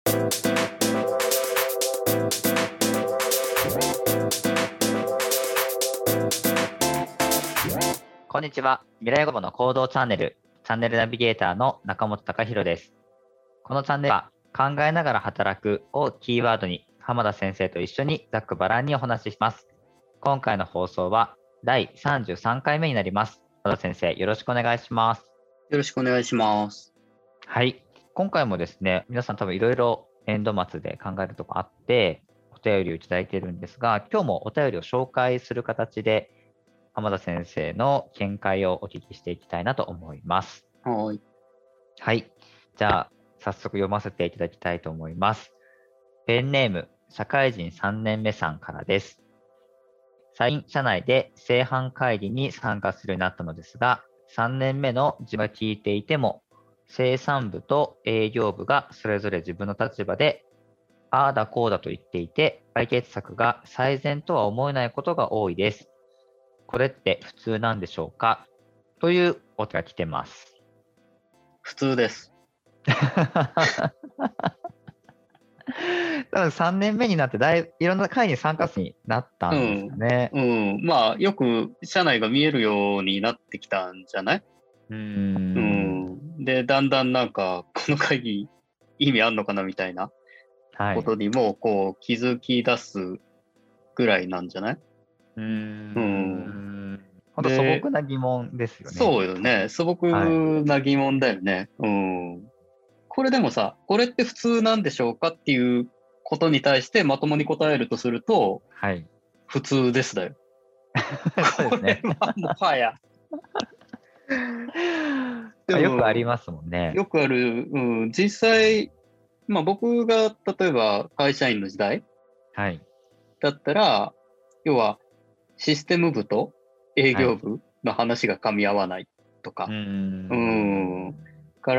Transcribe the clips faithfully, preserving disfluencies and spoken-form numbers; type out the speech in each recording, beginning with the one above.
こんにちは。未来ごぼの行動チャンネル、チャンネルナビゲーターの中本貴弘です。このチャンネルは、考えながら働くをキーワードに、浜田先生と一緒にざっくばらんにお話しします。今回の放送はだいさんじゅうさんかいめになります。浜田先生、よろしくお願いします。 よろしくお願いします。 はい。今回もですね、皆さん多分いろいろ年度末で考えるとこあって、お便りをいただいているんですが、今日もお便りを紹介する形で、浜田先生の見解をお聞きしていきたいなと思います。 はい。 はい。じゃあ、早速読ませていただきたいと思います。ペンネーム、社会人さんねんめさんからです。最近、社内で正反会議に参加するようになったのですが、さんねんめの自分が聞いていても、生産部と営業部がそれぞれ自分の立場で、ああだこうだと言っていて、解決策が最善とは思えないことが多いです。これって普通なんでしょうかというお手が来てます。 普通です。 多分さんねんめになってだいぶいろんな会に参加になったんですかね。 うん。うん。まあ、よく社内が見えるようになってきたんじゃない？ うー。 うんん。で、だんだんなんか、この会議意味あんのかなみたいなはい。 ことにも、こう、気づき出すぐらいなんじゃない？ うーん。 うんほんと素で、 朴な疑問ですよね。 そうよね。素朴な疑問だよね。うん。これでもさ、これって普通なんでしょうかっていうことに対してまともに答えるとすると、 はい。 普通ですだよ。 そうですね。 これはもはや。でよくありも、 ますもんね。 よくある、うん、実際、まあ僕が例えば会社員の時代はい。 だったら、要はシステム部と営はい。 業部の話が噛み合わないとうか、 ーうん。 ん、から、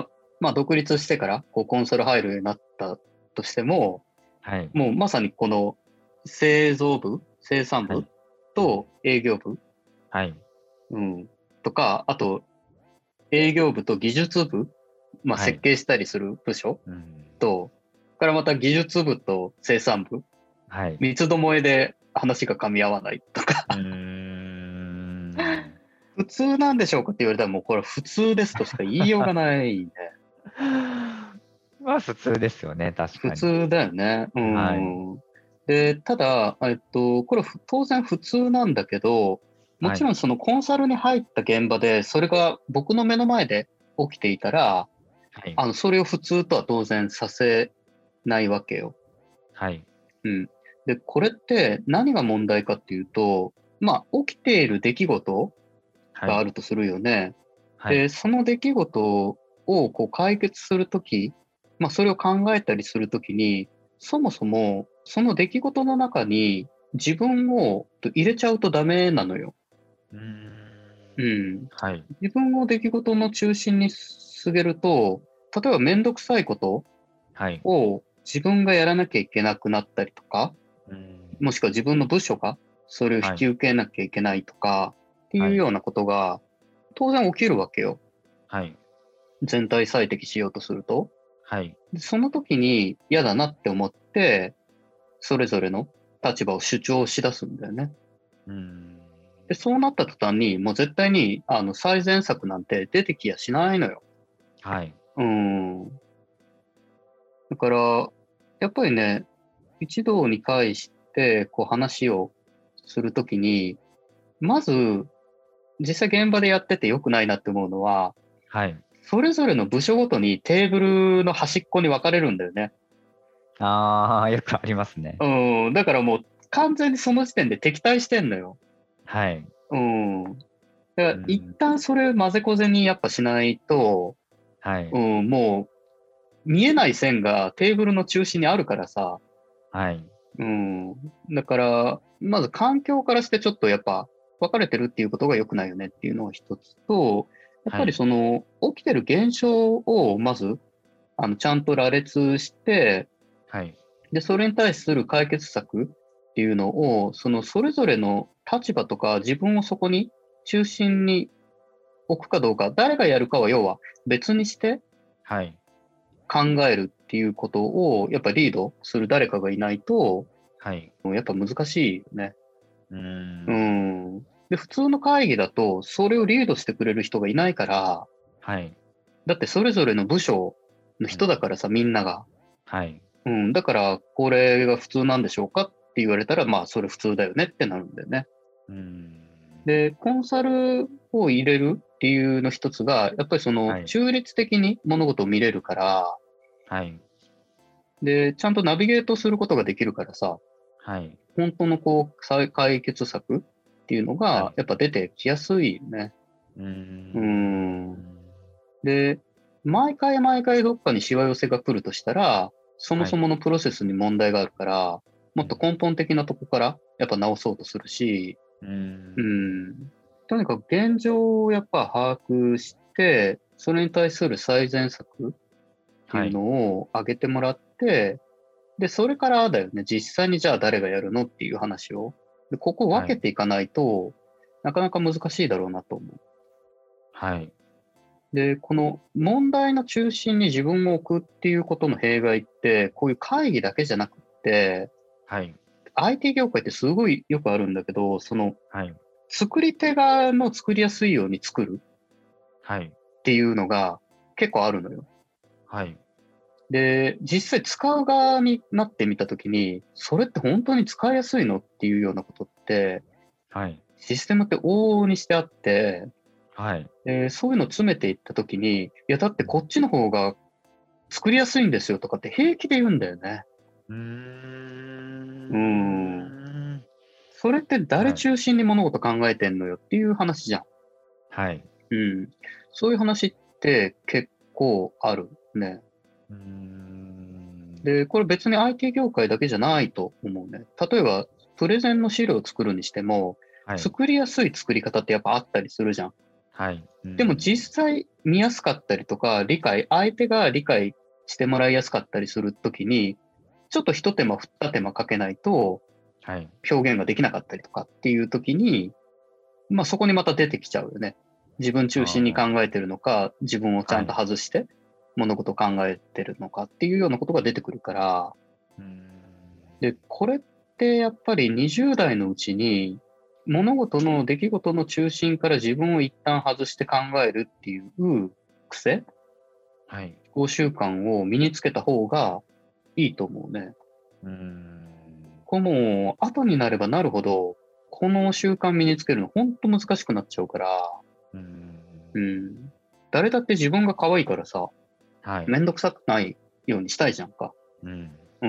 まあ独立してからこうコンソール入るようになったとしても、 はい。 もうまさにこの製造部、生産部はい。 と営業部、 はい。 うん、とか、あと営業部と技術部、まあ、 はい。 設計したりする部署うん。 と、からまた技術部と生産部、 はい。 三つどもえで話が噛み合わないとか、 うーん。 普通なんでしょうかって言われたらもうこれ普通ですとしか言いようがないね。 まあ普通ですよね、確かに。 普通だよね。うはい。 ん。で、ただ、えっと、これふ当然普通なんだけど、もはい。 ちろんそのコンサルに入った現場で、それが僕の目の前で起きていたら、 はい。 あの、それを普通とは当然させないわけよ。 はい。 うん。で、これって何が問題かっていうと、まあ、起きている出来事はい。 があるとするよね。 はい。 で、その出来事をこう解決するとき、まあ、それを考えたりするときに、そもそもその出来事の中に自分を入れちゃうとダメなのよ。 うーん。 うん。 はい。 自分を出来事の中心に据えると、例えばめんどくさいことはい。 を自分がやらなきゃいけなくなったりとか、 うーん。 もしくは自分の部署がそれを引はい。 き受けなきゃいけないとかっていはい。 うようなことが当然起きるわけよ。 はい。 全体最適しようとすると。 はい。 でその時に嫌だなって思って、それぞれの立場を主張しだすんだよね。 うーん。 で、そうなった途端に、もう絶対にあの最善策なんて出てきやしないのよ。 はい。 うーん。だから、やっぱりね、一堂に会してこう話をするときに、まず、実際現場でやってて良くないなって思うのは、 はい。 それぞれの部署ごとにテーブルの端っこに分かれるんだよね。 ああ、よくありますね。 うん。だからもう完全にその時点で敵対してんのよ。 はい。 うん。だから一うん。 旦それを混ぜこぜにやっぱしないと、 はい。 うん、もう見えない線がテーブルの中心にあるからさ。 はい。 うん。だから、まず環境からしてちょっとやっぱ分かれてるっていうことが良くないよねっていうのが一つと、やっぱりはい。 その起きてる現象をまず、あの、ちゃんと羅列して、 はい。 で、それに対する解決策っていうのを、そのそれぞれの立場とか自分をそこに中心に置くかどうか、誰がやるかは要は別にしてはい。 考えるっていうことを、やっぱリードする誰かがいないと、 はい。 やっぱ難しいよね。 うーん。 うん。で、普通の会議だと、それをリードしてくれる人がいないから、 はい。 だってそれぞれの部署のうん。 人だからさ、みんなが。 はい。 うん。だから、これが普通なんでしょうかって言われたら、まあ、それ普通だよねってなるんだよね。 うーん。 で、コンサルを入れるっていうの一つが、やっぱりそのはい。 中立的に物事を見れるから、 はい。 で、ちゃんとナビゲートすることができるからさ、 はい。 本当のこう、さ解決策っていうのが、 はい。 やっぱ出てきやすいよね。 うーうーん。 ん。で、毎回毎回どっかにしわ寄せが来るとしたら、そもはい。 そものプロセスに問題があるから、もっとうん。 根本的なとこからやっぱ直そうとするし、 うーうん。 ん。とにかく現状をやっぱ把握して、それに対する最善策っていうはい。 のを挙げてもらって、で、それからだよね、実際にじゃあ誰がやるのっていう話を。で、ここを分けはい。 ていかないとなかなか難しいだろうなと思う。 はい。 で、この問題の中心に自分を置くっていうことの弊害って、こういう会議だけじゃなくって、 はい。 アイティー 業界ってすごいよくあるんだけど、そのはい。 作り手側の作りやすいように作るはい。 っていうのが結構あるのよ。 はい。 で、実際使う側になってみたときに、それって本当に使いやすいのっていうようなことって、 はい。 システムって往々にしてあって、 はい。 でそういうのを詰めていったときに、いや、だってこっちの方が作りやすいんですよとかって平気で言うんだよね。 うーうーん。 ん。 それって誰はい。 中心に物事考えてんのよっていう話じゃん。 はい。 うん。そういう話って結構あるね。 うーん。 で、これ別に アイティー 業界だけじゃないと思うね。例えば、プレゼンの資料を作るにしても、 はい。 作りやすい作り方ってやっぱあったりするじゃん。 はい。うでもん。 実際見やすかったりとか、理解、相手が理解してもらいやすかったりするときに、ちょっと一手間二手間かけないとはい。 表現ができなかったりとかっていうときに、まあそこにまた出てきちゃうよね。自分中心に考あえてるのか、自分をちあ。 ゃんとはい。 外して物事を考えてるのかっていうようなことが出てくるから、 うーん。 で、これってやっぱりにじゅう代のうちに物事の出来事の中心から自分を一旦外して考えるっていう癖、 はい。 思考習慣を身につけた方がいいと思うね。 うーん。 これもう後になればなるほど、この習慣身につけるの本当難しくなっちゃうから、 うーん。 うん。誰だって自分が可愛いからさ、 はい。 めんどくさくないようにしたいじゃんか。 うん。 うん。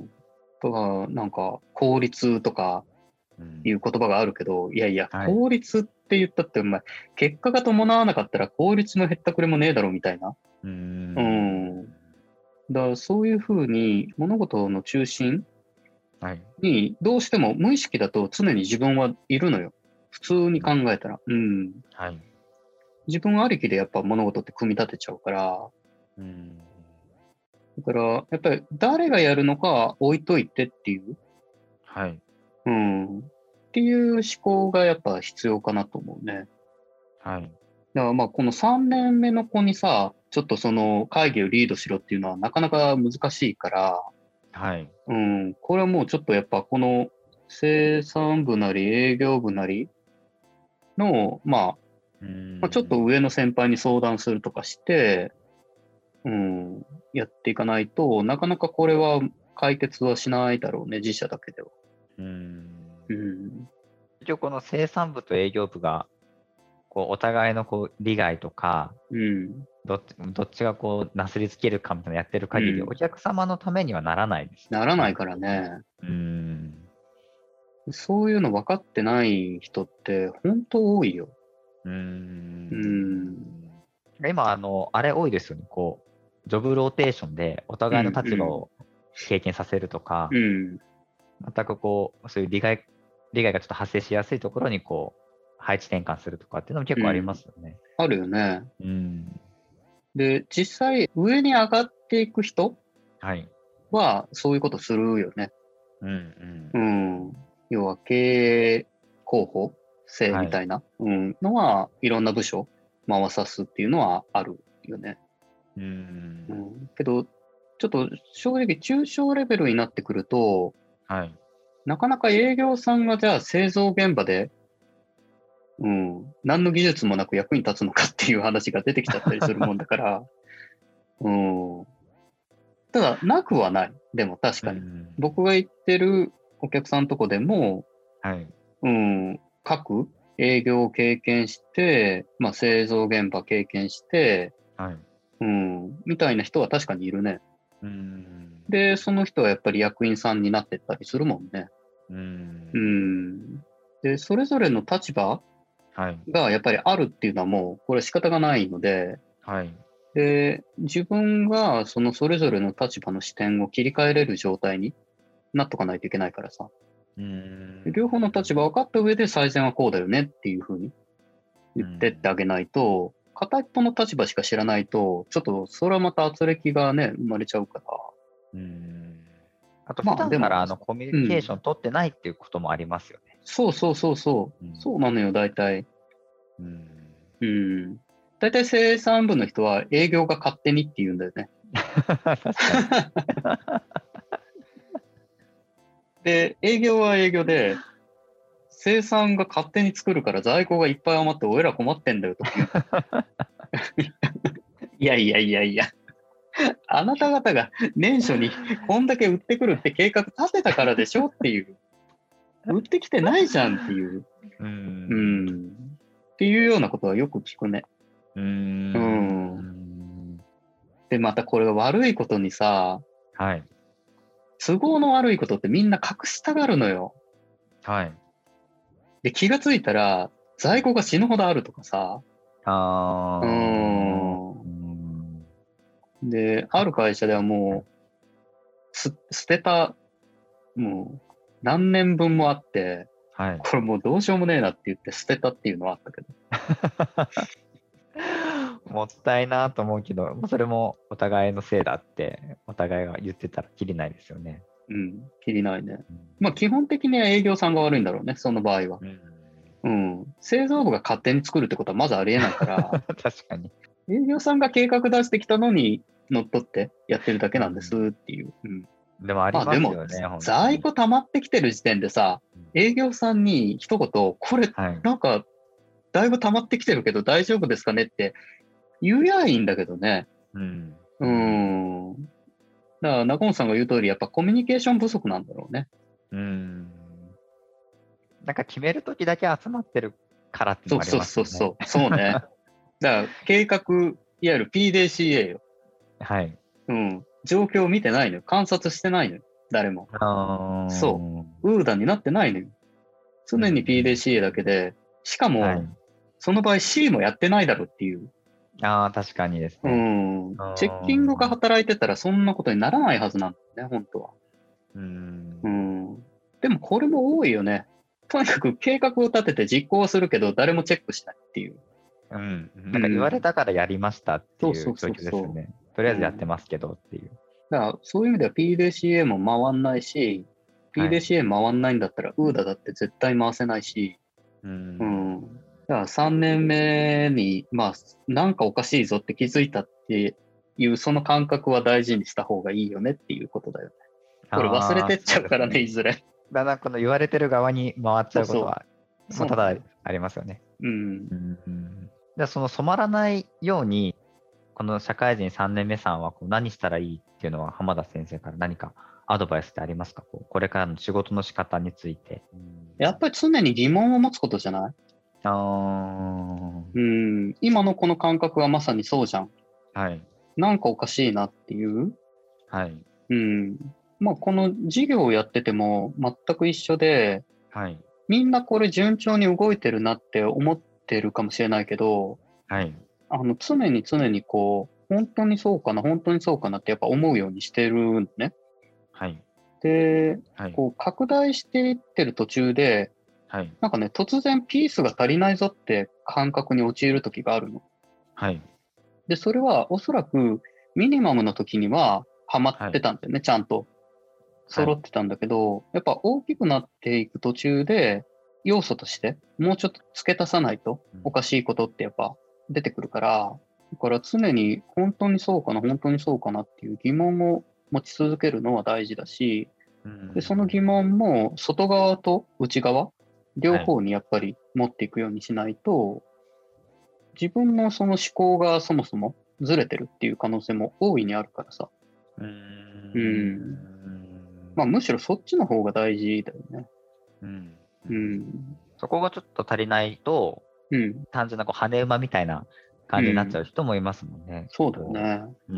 とか、なんか、効率とかうん。 いう言葉があるけど、いやいや、 はい。 効率って言ったって、お前、結果が伴わなかったら効率の減ったくれもねえだろみたいな。 うーうん。 ん。だからそういうふうに物事の中心はい。 にどうしても無意識だと常に自分はいるのよ。普通に考うん。 えたら。うん。 はい。 自分ありきでやっぱ物事って組み立てちゃうから、 うーん。 だからやっぱり誰がやるのかは置いといてっていう、 はい。 うん。っていう思考がやっぱ必要かなと思うね。 はい。 だからまあこのさんねんめの子にさ、ちょっとその会議をリードしろっていうのはなかなか難しいから、 はい。 うん、これはもうちょっとやっぱこの生産部なり営業部なりの、まあ、 うーん。 まあ、ちょっと上の先輩に相談するとかして、うん、やっていかないとなかなかこれは解決はしないだろうね、自社だけでは。 うーん。 うん、 一応この生産部と営業部が、こうお互いのこう利害とか、 うん、 どっちどっちがこうなすりつけるかみたいなのやってるう限り、おん。 客様のためにはならないですね。 ならないからね。 うーん。 そういうの分かってない人って本当多いよ。 うーうん。 ん、 今、あの、あれ多いですよね。こう、ジョブローテーションでおうん、 互いの立場うを経験させるとか、 ん、うん、 全くこう、そういう利害利害がちょっと発生しやすいところにこう、配置転換するとかっていうのも結構ありまうん。 すよね。 あるよね。 うん。 で、実際上に上がっていく人はい。 はそういうことするよね。 うんうん。 うん。要は経営候補生はい。 みたいな、うん、のはいろんな部署回さすっていうのはあるよね。 うーん。 うん。けど、 ちょっと正直中小レベルになってくると、 はい。 なかなか営業さんがじゃあ製造現場で、うん、何の技術もなく役に立つのかっていう話が出てきちゃったりするもんだから、うん、ただ、なくはない。でも確かに。 うん。 僕が行ってるお客さんとこでも、 はい。 うん、各営業を経験して、まあ、製造現場経験して、 はい。 うん、みたいな人は確かにいるね。 うん。 で、その人はやっぱり役員さんになってったりするもんね。 ううん。 ん。で、それぞれの立場はい。 がやっぱりあるっていうのはもう、これ仕方がないので、 はい。 で、自分がそのそれぞれの立場の視点を切り替えれる状態になっとかないといけないからさ。 うん。 両方の立場分かった上で最善はこうだよねっていうふうに言ってってあげないと、片一方の立場しか知らないと、ちょっとそれはまた圧力がね、生まれちゃうから。 うん。あと、普まあでも、 段からあのコミュうん。 ニケーション取ってないっていうこともありますよね。 そうそうそうそう。 うん。 そうなのよ、大体。 うん。 うん。大体生産部の人は営業が勝手にって言うんだよね。 確かに。 で、営業は営業で、生産が勝手に作るから在庫がいっぱい余って俺ら困ってんだよとか言う。いやいやいやいや。あなた方が年初にこんだけ売ってくるって計画立てたからでしょっていう。売ってきてないじゃんっていう。 ううん。 ん。っていうようなことはよく聞くね。 ううん。 ん。で、またこれが悪いことにさ、 はい。 都合の悪いことってみんな隠したがるのよ。 はい。 で、気がついたら在庫が死ぬほどあるとかさ。うあー。 ん。 うん。 で、ある各会社ではもう、す捨てた、もう何年分もあって、 はい。 これもうどうしようもねえなって言って捨てたっていうのはあったけど。 もったいなと思うけど、それもお互いのせいだって、お互いが言ってたらきりないですよね。 うん、きりないね。 うん。 まあ基本的には営業さんが悪いんだろうね、その場合は。 うん。 うん。製造部が勝手に作るってことはまずありえないから、 確かに。 営業さんが計画出してきたのに乗っ取ってやってるだけなんですうん。 っていう。うん。 でもありまあでも、 ますよね、本当に。 在庫溜まってきてる時点でさ、 うん。 営業さんに一言、これはい。 なんかだいぶ溜まってきてるけど大丈夫ですかねって言うやいいんだけどね。 うん。 ううん。 ん。だから中本さんが言う通り、やっぱコミュニケーション不足なんだろうね。 うん。なんか決めるときだけ集まってるからっていうのもありそうそうますよね。 そうそう。そうね。だから計画、いわゆる ピーディーシーエー よ。 はい。 うん。状況を見てないのよ。観察してないのよ。誰も。 あそー。 う。ウーダになってないのよ。 うん。 常にうん。 ピーディーシーエー だけで、しかも、 はい。 その場合 C もやってないだろっていう。 ああ、確かにですうね。 ん。 うチェッキングがん。 働いてたらそんなことにならないはずなんだよね、本当は。 ううん。 ん。でもこれも多いよね。とにかく計画を立てて実行するけど、誰もチェックしないっていう。 うん。なんか言われうん。 たからやりましたってそうそういう状況ですよそうそね。とりう。 あえずやってうん。 ますけどっていう。 だからそういう意味では ピーディーシーエー も回んないし、 はい。 ピーディーシーエー 回んないんだったら ウーダ だって絶対回せないし、 ううん。 ん。だからさんねんめに、まあ、なんかおかしいぞって気づいたっていう、その感覚は大事にした方がいいよねっていうことだよね。これ忘れああ、 てっちゃうからね、 そうですね。 いずれ。 だんだんこの言われてる側に回っちそうそゃうことは、 う。 まあ、ただそうなのよ。 ありますよね。 うん。 うん。うん。じゃあその染まらないように、この社会人さんねんめさんはこう何したらいいっていうのは浜田先生から何かアドバイスってありますか？こうこれからの仕事の仕方について。うん。 やっぱり常に疑問を持つことじゃない？ あうん。今のこの感覚はまさにそうじゃん。 あ、はい、 なんかおかしいなっていう。 はい、 うん。まあ、この事業をやってても全く一緒で、 はい、 みんなこれ順調に動いてるなって思ってるかもしれないけど、 はい、 あの、常に常にこう、本当にそうかな、本当にそうかなってやっぱ思うようにしてるのね。 はい、 で、 はい、 こう、拡大していってる途中で、 はい、 なんかね、突然ピースが足りないぞって感覚に陥る時があるの。 はい、 で、それはおそらくミニマムの時にはハマってたんだよね、ちゃんと。 はい、 揃ってたんだけど、やっぱ大きくなっていく途中で、要素としてもうちょっと付け足さないとうん、 おかしいことってやっぱ出てくるから、 だから常に本当にそうかな、本当にそうかなっていう疑問を持ち続けるのは大事だし、でその疑問も外側と内側、両方にやっぱり持っていくようにしないと、はい、自分のその思考がそもそもずれてるっていう可能性も大いにあるからさ。うーん。うんまあむしろそっちの方が大事だよね。 うん。うん、そこがちょっと足りないと、うん、単純なこう羽馬みたいな感じになっちゃう人もいますもんね。 うん、そうだよね。うん。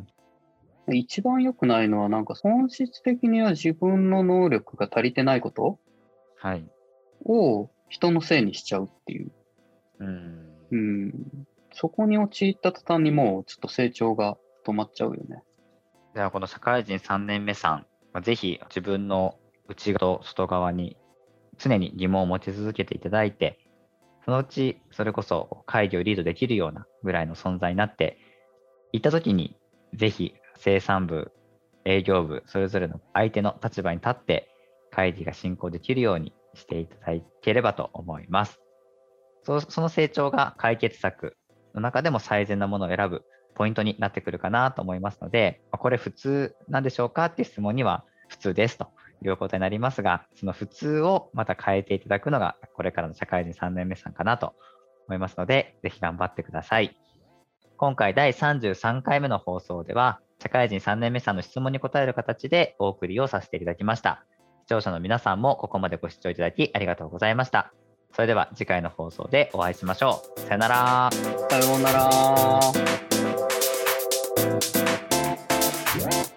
一番良くないのは、なんか本質的には自分の能力が足りてないことを人のせいにしちゃうっていう。うん。うん。そこに陥った途端にもうちょっと成長が止まっちゃうよね。 ではこの社会人さんねんめさん、ぜひ自分の内側と外側に常に疑問を持ち続けていただいて、そのうちそれこそ会議をリードできるようなぐらいの存在になっていったときに、ぜひ生産部、営業部、それぞれの相手の立場に立って会議が進行できるようにしていただければと思います。そその成長が解決策の中でも最善なものを選ぶポイントになってくるかなと思いますので、これ普通なんでしょうかっていう質問には普通ですということになりますが、その普通をまた変えていただくのがこれからの社会人さんねんめさんかなと思いますので、ぜひ頑張ってください。今回だいさんじゅうさんかいめの放送では、社会人さんねんめさんの質問に答える形でお送りをさせていただきました。視聴者の皆さんもここまでご視聴いただきありがとうございました。それでは次回の放送でお会いしましょう。さよなら。 さようなら。